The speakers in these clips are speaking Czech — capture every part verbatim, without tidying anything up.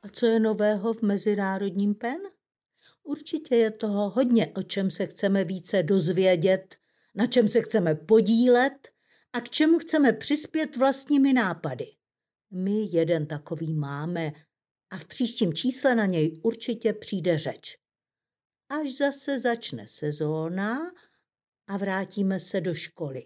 A co je nového v Mezinárodním PEN? Určitě je toho hodně, o čem se chceme více dozvědět, na čem se chceme podílet a k čemu chceme přispět vlastními nápady. My jeden takový máme a v příštím čísle na něj určitě přijde řeč. Až zase začne sezóna a vrátíme se do školy.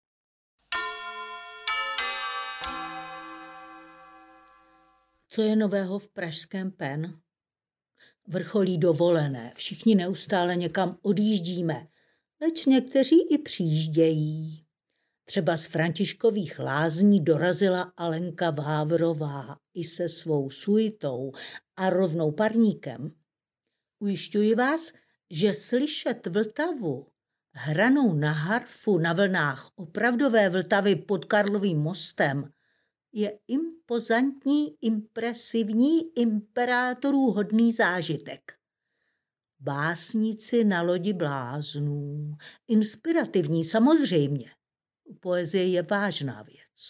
Co je nového v pražském PEN? Vrcholí dovolené, všichni neustále někam odjíždíme, leč někteří i přijíždějí. Třeba z Františkových Lázní dorazila Alenka Vávrová i se svou suitou a rovnou parníkem. Ujišťuji vás, že slyšet Vltavu hranou na harfu na vlnách opravdové Vltavy pod Karlovým mostem je impozantní, impresivní, imperátorů hodný zážitek. Básníci na lodi bláznů, inspirativní samozřejmě. Poezie je vážná věc.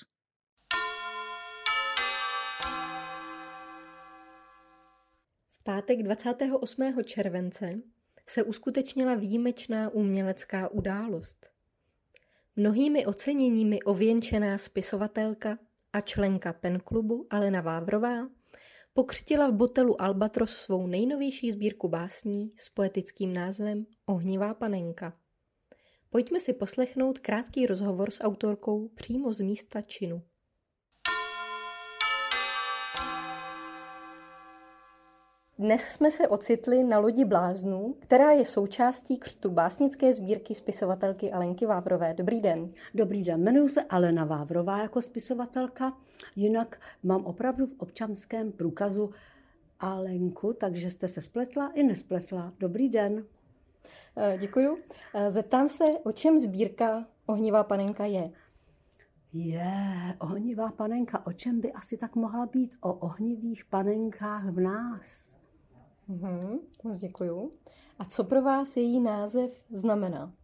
V pátek dvacátého osmého července se uskutečnila výjimečná umělecká událost. Mnohými oceněními ověnčená spisovatelka a členka PEN klubu Alena Vávrová pokřtila v Botelu Albatros svou nejnovější sbírku básní s poetickým názvem Ohnivá panenka. Pojďme si poslechnout krátký rozhovor s autorkou přímo z místa činu. Dnes jsme se ocitli na lodi bláznů, která je součástí křtu básnické sbírky spisovatelky Alenky Vávrové. Dobrý den. Dobrý den, jmenuji se Alena Vávrová jako spisovatelka, jinak mám opravdu v občanském průkazu Alenku, takže jste se spletla i nespletla. Dobrý den. Děkuju. Zeptám se, o čem sbírka Ohnivá panenka je? Je, ohnivá panenka, o čem by asi tak mohla být? O ohnivých panenkách v nás. Uhum, moc děkuju. A co pro vás její název znamená?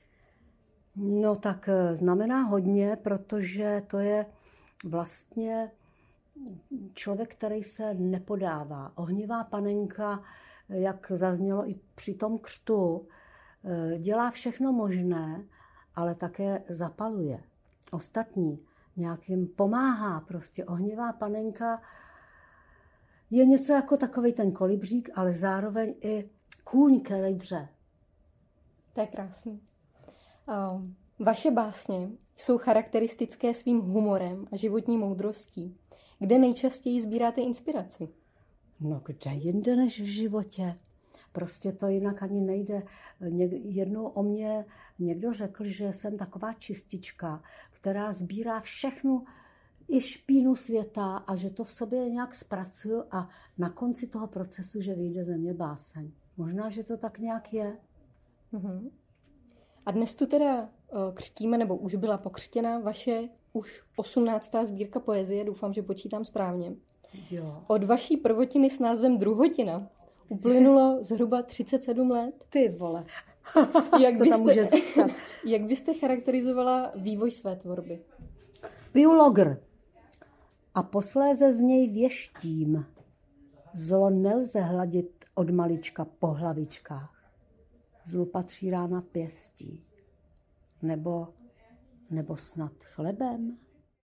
No tak znamená hodně, protože to je vlastně člověk, který se nepodává. Ohnivá panenka, jak zaznělo i při tom křtu, dělá všechno možné, ale také zapaluje ostatní, nějakým pomáhá prostě. Ohnivá panenka je něco jako takovej ten kolibřík, ale zároveň i kůň, který dře. To je krásný. Vaše básně jsou charakteristické svým humorem a životní moudrostí. Kde nejčastěji sbíráte inspiraci? No kde jinde než v životě. Prostě to jinak ani nejde. Jednou o mě někdo řekl, že jsem taková čistička, která sbírá všechnu i špínu světa a že to v sobě nějak zpracuju a na konci toho procesu, že vyjde ze mě báseň. Možná, že to tak nějak je. Uhum. A dnes tu teda křtíme, nebo už byla pokřtěna vaše už osmnáctá sbírka poezie, doufám, že počítám správně. Jo. Od vaší prvotiny s názvem Druhotina uplynulo zhruba třicet sedm let. Ty vole. Jak to byste, tam může zůstat. Jak byste charakterizovala vývoj své tvorby? Piju logr a posléze z něj věštím. Zlo nelze hladit od malička po hlavičkách. Zlu patří rána pěstí. Nebo, nebo snad chlebem?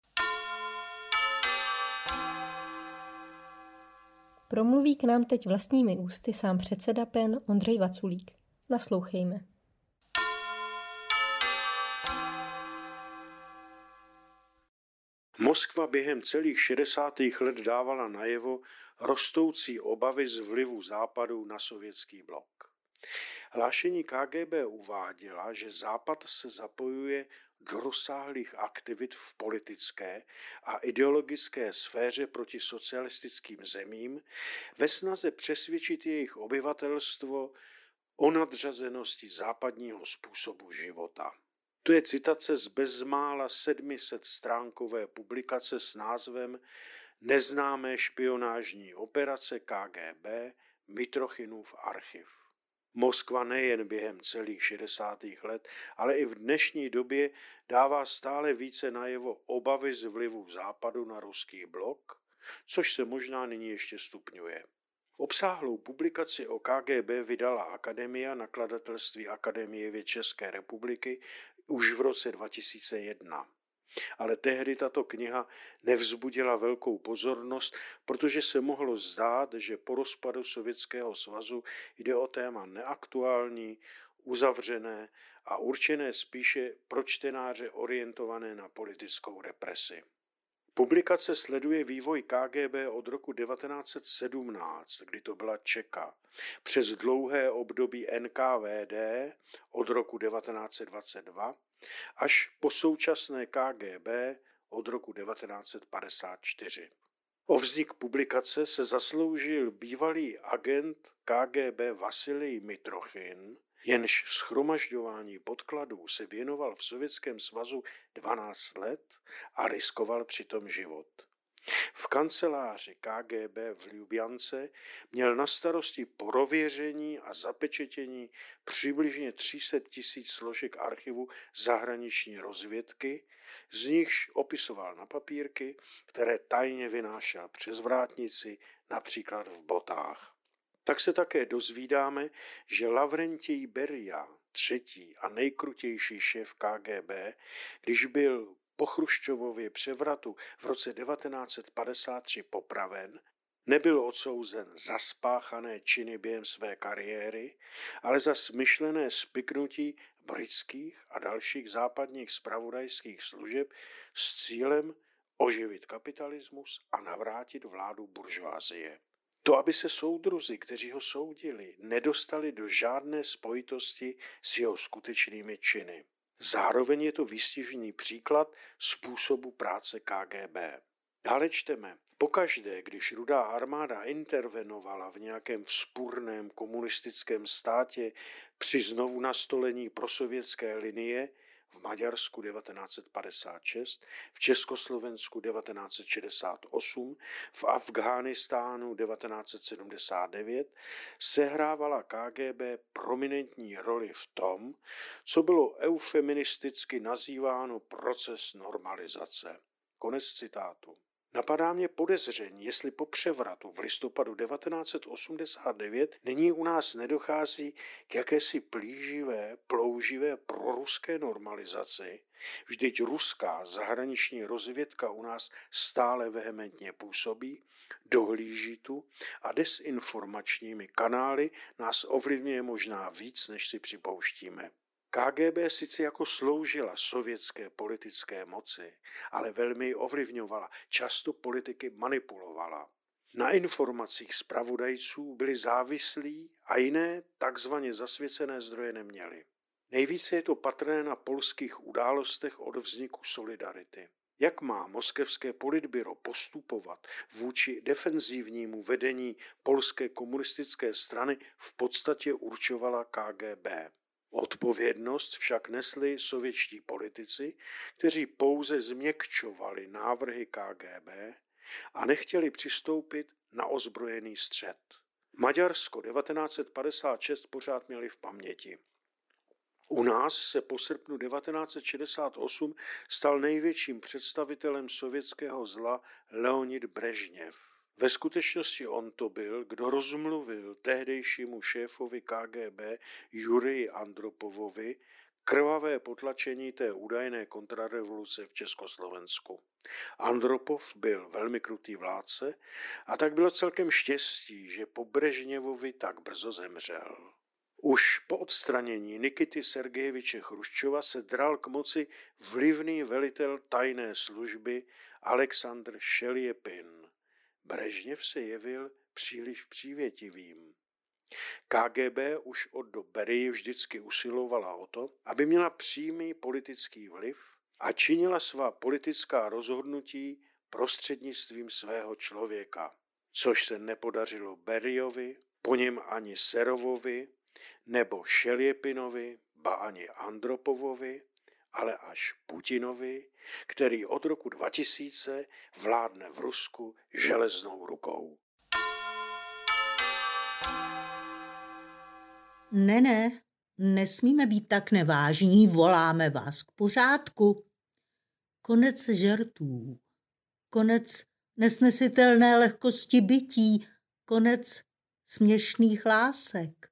Promluví k nám teď vlastními ústy sám předseda PEN Ondřej Vaculík. Naslouchejme. Moskva během celých šedesátých let dávala najevo rostoucí obavy z vlivu Západu na sovětský blok. Hlášení K G B uváděla, že Západ se zapojuje do rozsáhlých aktivit v politické a ideologické sféře proti socialistickým zemím ve snaze přesvědčit jejich obyvatelstvo o nadřazenosti západního způsobu života. To je citace z bezmála sedmisetstránkové publikace s názvem Neznámé špionážní operace K G B Mitrochynův archiv. Moskva nejen během celých šedesátých let, ale i v dnešní době dává stále více najevo obavy z vlivu Západu na ruský blok což se možná nyní ještě stupňuje. Obsáhlou publikaci o K G B vydala Akademia, nakladatelství Akademie věd České republiky, už v roce dva tisíce jedna. Ale tehdy tato kniha nevzbudila velkou pozornost, protože se mohlo zdát, že po rozpadu Sovětského svazu jde o téma neaktuální, uzavřené a určené spíše pro čtenáře orientované na politickou represi. Publikace sleduje vývoj K G B od roku devatenáct set sedmnáct, kdy to byla Čeka, přes dlouhé období N K V D od roku devatenáct set dvacet dva až po současné K G B od roku devatenáct set padesát čtyři. O vznik publikace se zasloužil bývalý agent K G B Vasilij Mitrochin, jenž shromažďování podkladů se věnoval v Sovětském svazu dvanáct let a riskoval přitom život. V kanceláři K G B v Ljubljance měl na starosti prověření a zapečetění přibližně tři sta tisíc složek archivu zahraniční rozvědky, z nichž opisoval na papírky, které tajně vynášel přes vrátnici, například v botách. Tak se také dozvídáme, že Lavrentij Beria, třetí a nejkrutější šéf K G B, když byl po Chruščovově převratu v roce devatenáct set padesát tři popraven, nebyl odsouzen za spáchané činy během své kariéry, ale za smyšlené spiknutí britských a dalších západních zpravodajských služeb s cílem oživit kapitalismus a navrátit vládu buržoazie. To, aby se soudruzi, kteří ho soudili, nedostali do žádné spojitosti s jeho skutečnými činy. Zároveň je to výstižný příklad způsobu práce K G B. Dále čteme, pokaždé, když Rudá armáda intervenovala v nějakém vzpůrném komunistickém státě při znovu nastolení prosovětské linie, v Maďarsku devatenáct set padesát šest, v Československu devatenáct set šedesát osm, v Afghánistánu devatenáct set sedmdesát devět, sehrávala K G B prominentní roli v tom, co bylo eufemisticky nazýváno proces normalizace. Konec citátu. Napadá mě podezření, jestli po převratu v listopadu devatenáct set osmdesát devět nyní u nás nedochází k jakési plíživé, plouživé proruské normalizaci, vždyť ruská zahraniční rozvědka u nás stále vehementně působí, dohlíží tu a desinformačními kanály nás ovlivňuje možná víc, než si připouštíme. K G B sice jako sloužila sovětské politické moci, ale velmi ji ovlivňovala, často politiky manipulovala. Na informacích zpravodajců byli závislí a jiné takzvaně zasvěcené zdroje neměli. Nejvíce je to patrné na polských událostech od vzniku Solidarity. Jak má moskevské politbyro postupovat vůči defenzivnímu vedení polské komunistické strany, v podstatě určovala K G B. Odpovědnost však nesli sovětští politici, kteří pouze změkčovali návrhy K G B a nechtěli přistoupit na ozbrojený střet. Maďarsko devatenáct set padesát šest pořád měli v paměti. U nás se po srpnu devatenáct set šedesát osm stal největším představitelem sovětského zla Leonid Brežněv. Ve skutečnosti on to byl, kdo rozmluvil tehdejšímu šéfovi K G B Juriji Andropovovi krvavé potlačení té údajné kontrarevoluce v Československu. Andropov byl velmi krutý vládce a tak bylo celkem štěstí, že po Brežněvovi tak brzo zemřel. Už po odstranění Nikity Sergejeviče Chruščova se dral k moci vlivný velitel tajné služby Alexandr Šeljepin. Brežněv se jevil příliš přívětivým. K G B už od dob Berii vždycky usilovala o to, aby měla přímý politický vliv a činila svá politická rozhodnutí prostřednictvím svého člověka, což se nepodařilo Beriovi, po něm ani Serovovi, nebo Šeljepinovi, ba ani Andropovovi, ale až Putinovi, který od roku dva tisíce vládne v Rusku železnou rukou. Ne, ne, nesmíme být tak nevážní, voláme vás k pořádku. Konec žertů, konec nesnesitelné lehkosti bytí, konec směšných lásek.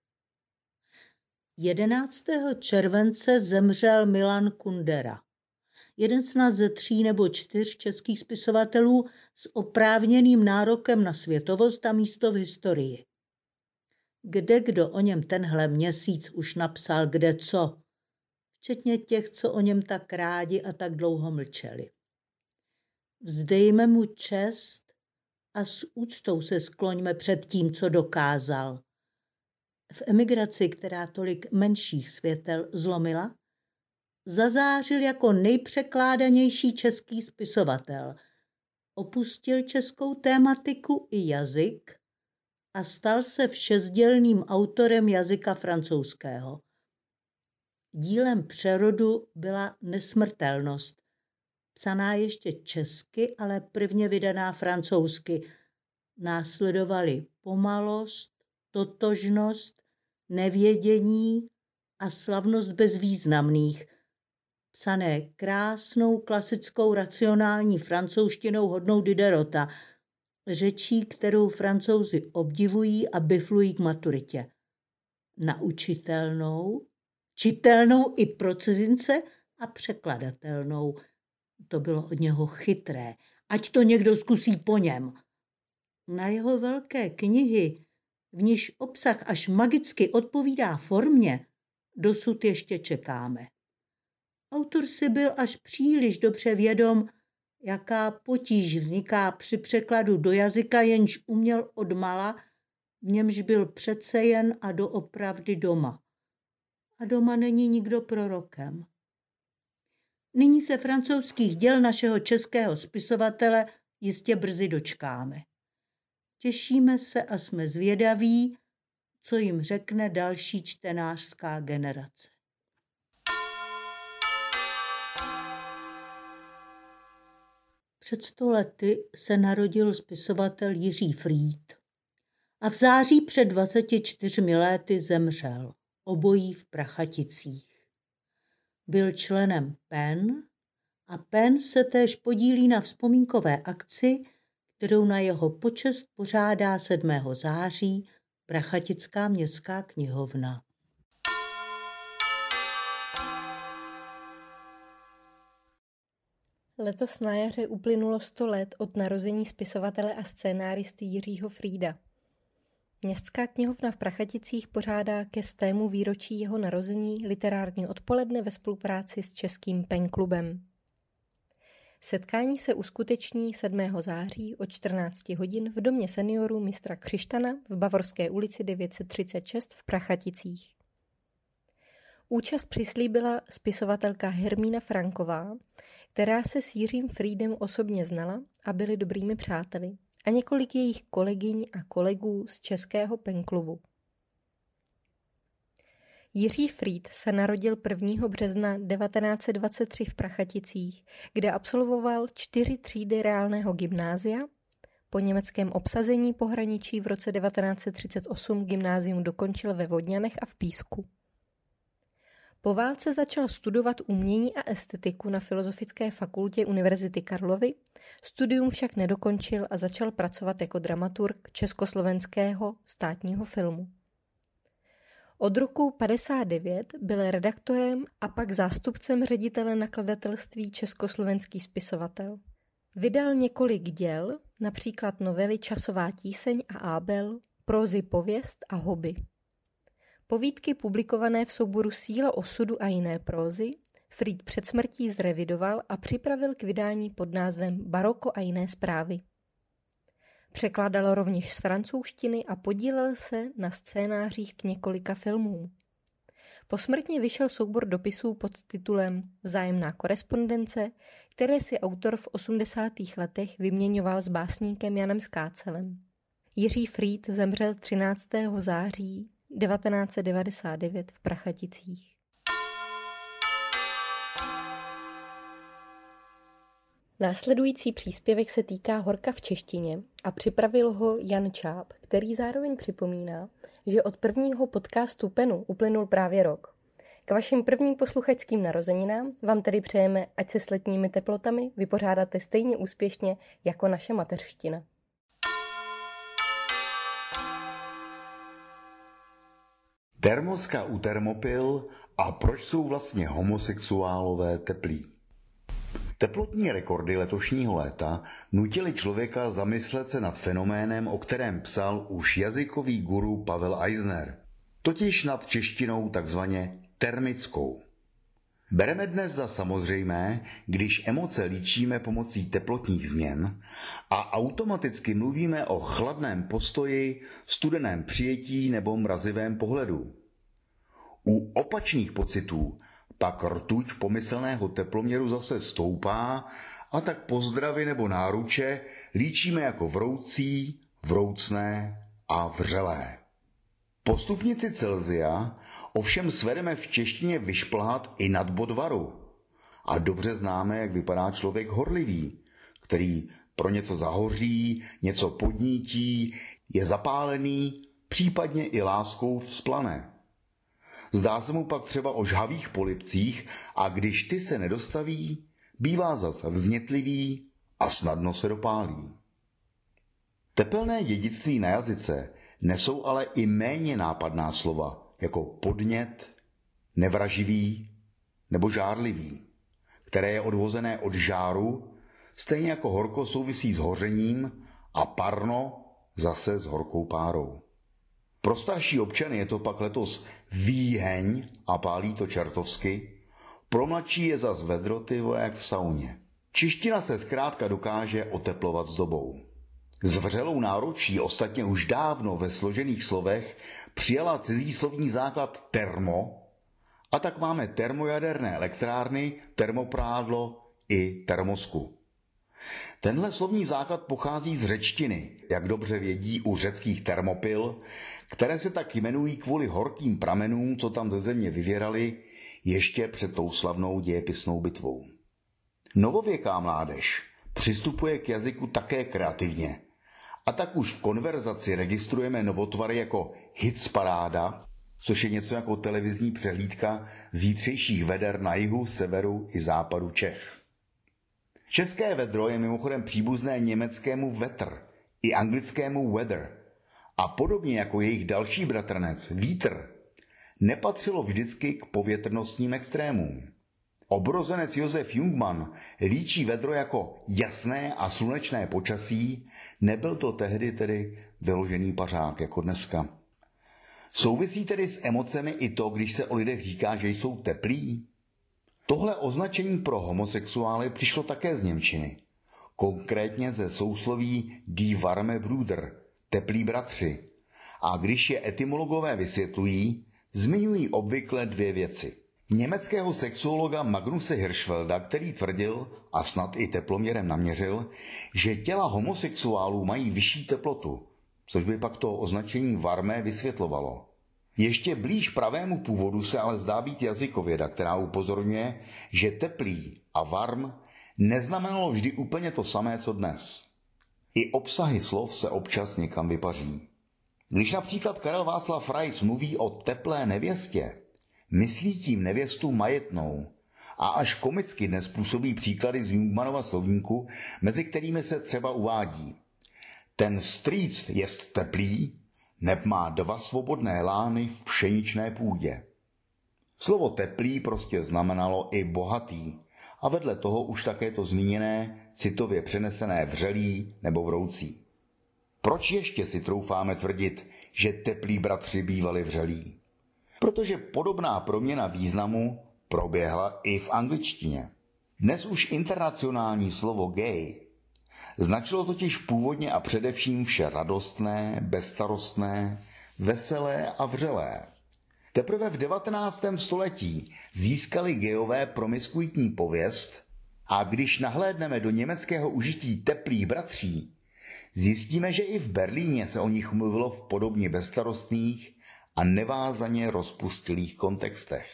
jedenáctého července zemřel Milan Kundera, jeden snad ze tří nebo čtyř českých spisovatelů s oprávněným nárokem na světovost a místo v historii. Kde kdo o něm tenhle měsíc už napsal kde co, včetně těch, co o něm tak rádi a tak dlouho mlčeli. Vzdejme mu čest a s úctou se skloňme před tím, co dokázal. V emigraci, která tolik menších světel zlomila, zazářil jako nejpřekládanější český spisovatel. Opustil českou tématiku i jazyk a stal se všezdělným autorem jazyka francouzského. Dílem přerodu byla Nesmrtelnost, psaná ještě česky, ale prvně vydaná francouzsky. Následovaly Pomalost, Totožnost, Nevědění a Slavnost bezvýznamných, psané krásnou klasickou racionální francouzštinou hodnou Diderota, řečí, kterou Francouzi obdivují a biflují k maturitě. Naučitelnou, čitelnou i pro cizince a překladatelnou. To bylo od něho chytré. Ať to někdo zkusí po něm. Na jeho velké knihy, v níž obsah až magicky odpovídá formě, dosud ještě čekáme. Autor si byl až příliš dobře vědom, jaká potíž vzniká při překladu do jazyka, jenž uměl odmala, v němž byl přece jen a doopravdy doma. A doma není nikdo prorokem. Nyní se francouzských děl našeho českého spisovatele jistě brzy dočkáme. Těšíme se a jsme zvědaví, co jim řekne další čtenářská generace. Před sto lety se narodil spisovatel Jiří Frýd a v září před dvaceti čtyřmi lety zemřel, obojí v Prachaticích. Byl členem P E N a P E N se též podílí na vzpomínkové akci, kterou na jeho počest pořádá sedmého září Prachatická městská knihovna. Letos na jaře uplynulo sto let od narození spisovatele a scénáristy Jiřího Frýda. Městská knihovna v Prachaticích pořádá ke stému výročí jeho narození literární odpoledne ve spolupráci s Českým pen klubem. Setkání se uskuteční sedmého září od čtrnácti hodin v domě seniorů mistra Křištana v Bavorské ulici devět set třicet šest v Prachaticích. Účast přislíbila spisovatelka Hermína Franková, která se s Jiřím Frýdem osobně znala a byli dobrými přáteli, a několik jejich kolegyň a kolegů z Českého pen klubu. Jiří Frýd se narodil prvního března devatenáct set dvacet tři v Prachaticích, kde absolvoval čtyři třídy reálného gymnázia. Po německém obsazení pohraničí v roce devatenáct set třicet osm gymnázium dokončil ve Vodňanech a v Písku. Po válce začal studovat umění a estetiku na Filozofické fakultě Univerzity Karlovy, studium však nedokončil a začal pracovat jako dramaturg československého státního filmu. Od roku padesát devět byl redaktorem a pak zástupcem ředitele nakladatelství Československý spisovatel. Vydal několik děl, například novely Časová tíseň a Ábel, prózy Pověst a Hobby. Povídky publikované v souboru Síla osudu a jiné prózy Frýd před smrtí zrevidoval a připravil k vydání pod názvem Baroko a jiné zprávy. Překládal rovněž z francouzštiny a podílel se na scénářích k několika filmům. Posmrtně vyšel soubor dopisů pod titulem Vzájemná korespondence, které si autor v osmdesátých letech vyměňoval s básníkem Janem Skácelem. Jiří Frýd zemřel třináctého září devatenáct set devadesát devět v Prachaticích. Následující příspěvek se týká horka v češtině a připravil ho Jan Čáp, který zároveň připomíná, že od prvního podcastu Penu uplynul právě rok. K vašim prvním posluchačským narozeninám vám tedy přejeme, ať se s letními teplotami vypořádáte stejně úspěšně jako naše mateřština. Termoska u Thermopil a proč jsou vlastně homosexuálové teplí. Teplotní rekordy letošního léta nutily člověka zamyslet se nad fenoménem, o kterém psal už jazykový guru Pavel Eisner, totiž nad češtinou takzvaně termickou. Bereme dnes za samozřejmé, když emoce líčíme pomocí teplotních změn a automaticky mluvíme o chladném postoji, studeném přijetí nebo mrazivém pohledu. U opačných pocitů pak rtuť pomyslného teploměru zase stoupá a tak pozdravy nebo náruče líčíme jako vroucí, vroucné a vřelé. Po stupnici Celsia ovšem svedeme v češtině vyšplhat i nad bod varu. A dobře známe, jak vypadá člověk horlivý, který pro něco zahoří, něco podnítí, je zapálený, případně i láskou vzplane. Zdá se mu pak třeba o žhavých polibcích a když ty se nedostaví, bývá zas vznětlivý a snadno se dopálí. Tepelné dědictví na jazyce nesou ale i méně nápadná slova, jako podnět, nevraživý nebo žárlivý, které je odvozené od žáru, stejně jako horko souvisí s hořením a parno zase s horkou párou. Pro starší občany je to pak letos výheň a pálí to čertovsky, pro mladší je zas vedrotyvo jak v sauně. Čeština se zkrátka dokáže oteplovat s dobou. S vřelou náručí ostatně už dávno ve složených slovech přijala cizí slovní základ termo, a tak máme termojaderné elektrárny, termoprádlo i termosku. Tenhle slovní základ pochází z řečtiny, jak dobře vědí u řeckých Thermopil, které se tak jmenují kvůli horkým pramenům, co tam ze země vyvěraly ještě před tou slavnou dějepisnou bitvou. Novověká mládež přistupuje k jazyku také kreativně, a tak už v konverzaci registrujeme novotvary jako hitsparáda, což je něco jako televizní přehlídka zítřejších veder na jihu, severu i západu Čech. České vedro je mimochodem příbuzné německému Wetter i anglickému weather a podobně jako jejich další bratranec vítr nepatřilo vždycky k povětrnostním extrémům. Obrozenec Josef Jungmann líčí vedro jako jasné a slunečné počasí, nebyl to tehdy tedy vyložený pařák jako dneska. Souvisí tedy s emocemi i to, když se o lidech říká, že jsou teplí? Tohle označení pro homosexuály přišlo také z němčiny. Konkrétně ze sousloví Die warme Brüder, teplí bratři. A když je etymologové vysvětlují, zmiňují obvykle dvě věci. Německého sexuologa Magnuse Hirschfelda, který tvrdil, a snad i teploměrem naměřil, že těla homosexuálů mají vyšší teplotu, což by pak to označení varmé vysvětlovalo. Ještě blíž pravému původu se ale zdá být jazykověda, která upozorňuje, že teplý a varm neznamenalo vždy úplně to samé, co dnes. I obsahy slov se občas někam vypaří. Když například Karel Václav Rais mluví o teplé nevěstě, myslí tím nevěstu majetnou a až komicky dnes působí příklady z Jungmannova slovníku, mezi kterými se třeba uvádí: ten strýc jest teplý, neb má dva svobodné lány v pšeničné půdě. Slovo teplý prostě znamenalo i bohatý a vedle toho už také to zmíněné citově přenesené vřelý nebo vroucí. Proč ještě si troufáme tvrdit, že teplí bratři bývali vřelí? Protože podobná proměna významu proběhla i v angličtině. Dnes už internacionální slovo gay značilo totiž původně a především vše radostné, bezstarostné, veselé a vřelé. Teprve v devatenáctém století získali gayové promiskuitní pověst a když nahlédneme do německého užití teplých bratří, zjistíme, že i v Berlíně se o nich mluvilo v podobně bezstarostných a nevázaně rozpustilých kontextech.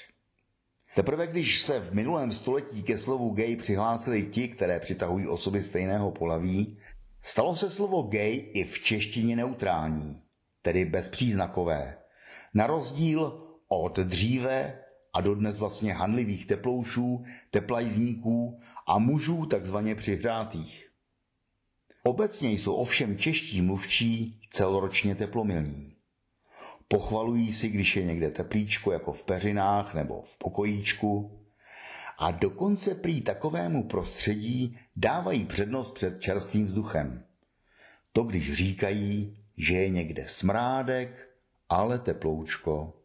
Teprve když se v minulém století ke slovu gay přihlásili ti, které přitahují osoby stejného pohlaví, stalo se slovo gay i v češtině neutrální, tedy bezpříznakové, na rozdíl od dříve a dodnes vlastně hanlivých teploušů, teplajzníků a mužů takzvaně přihřátých. Obecně jsou ovšem čeští mluvčí celoročně teplomilní. Pochvalují si, když je někde teplíčko jako v peřinách nebo v pokojíčku a dokonce prý takovému prostředí dávají přednost před čerstvým vzduchem. To když říkají, že je někde smrádek, ale teploučko.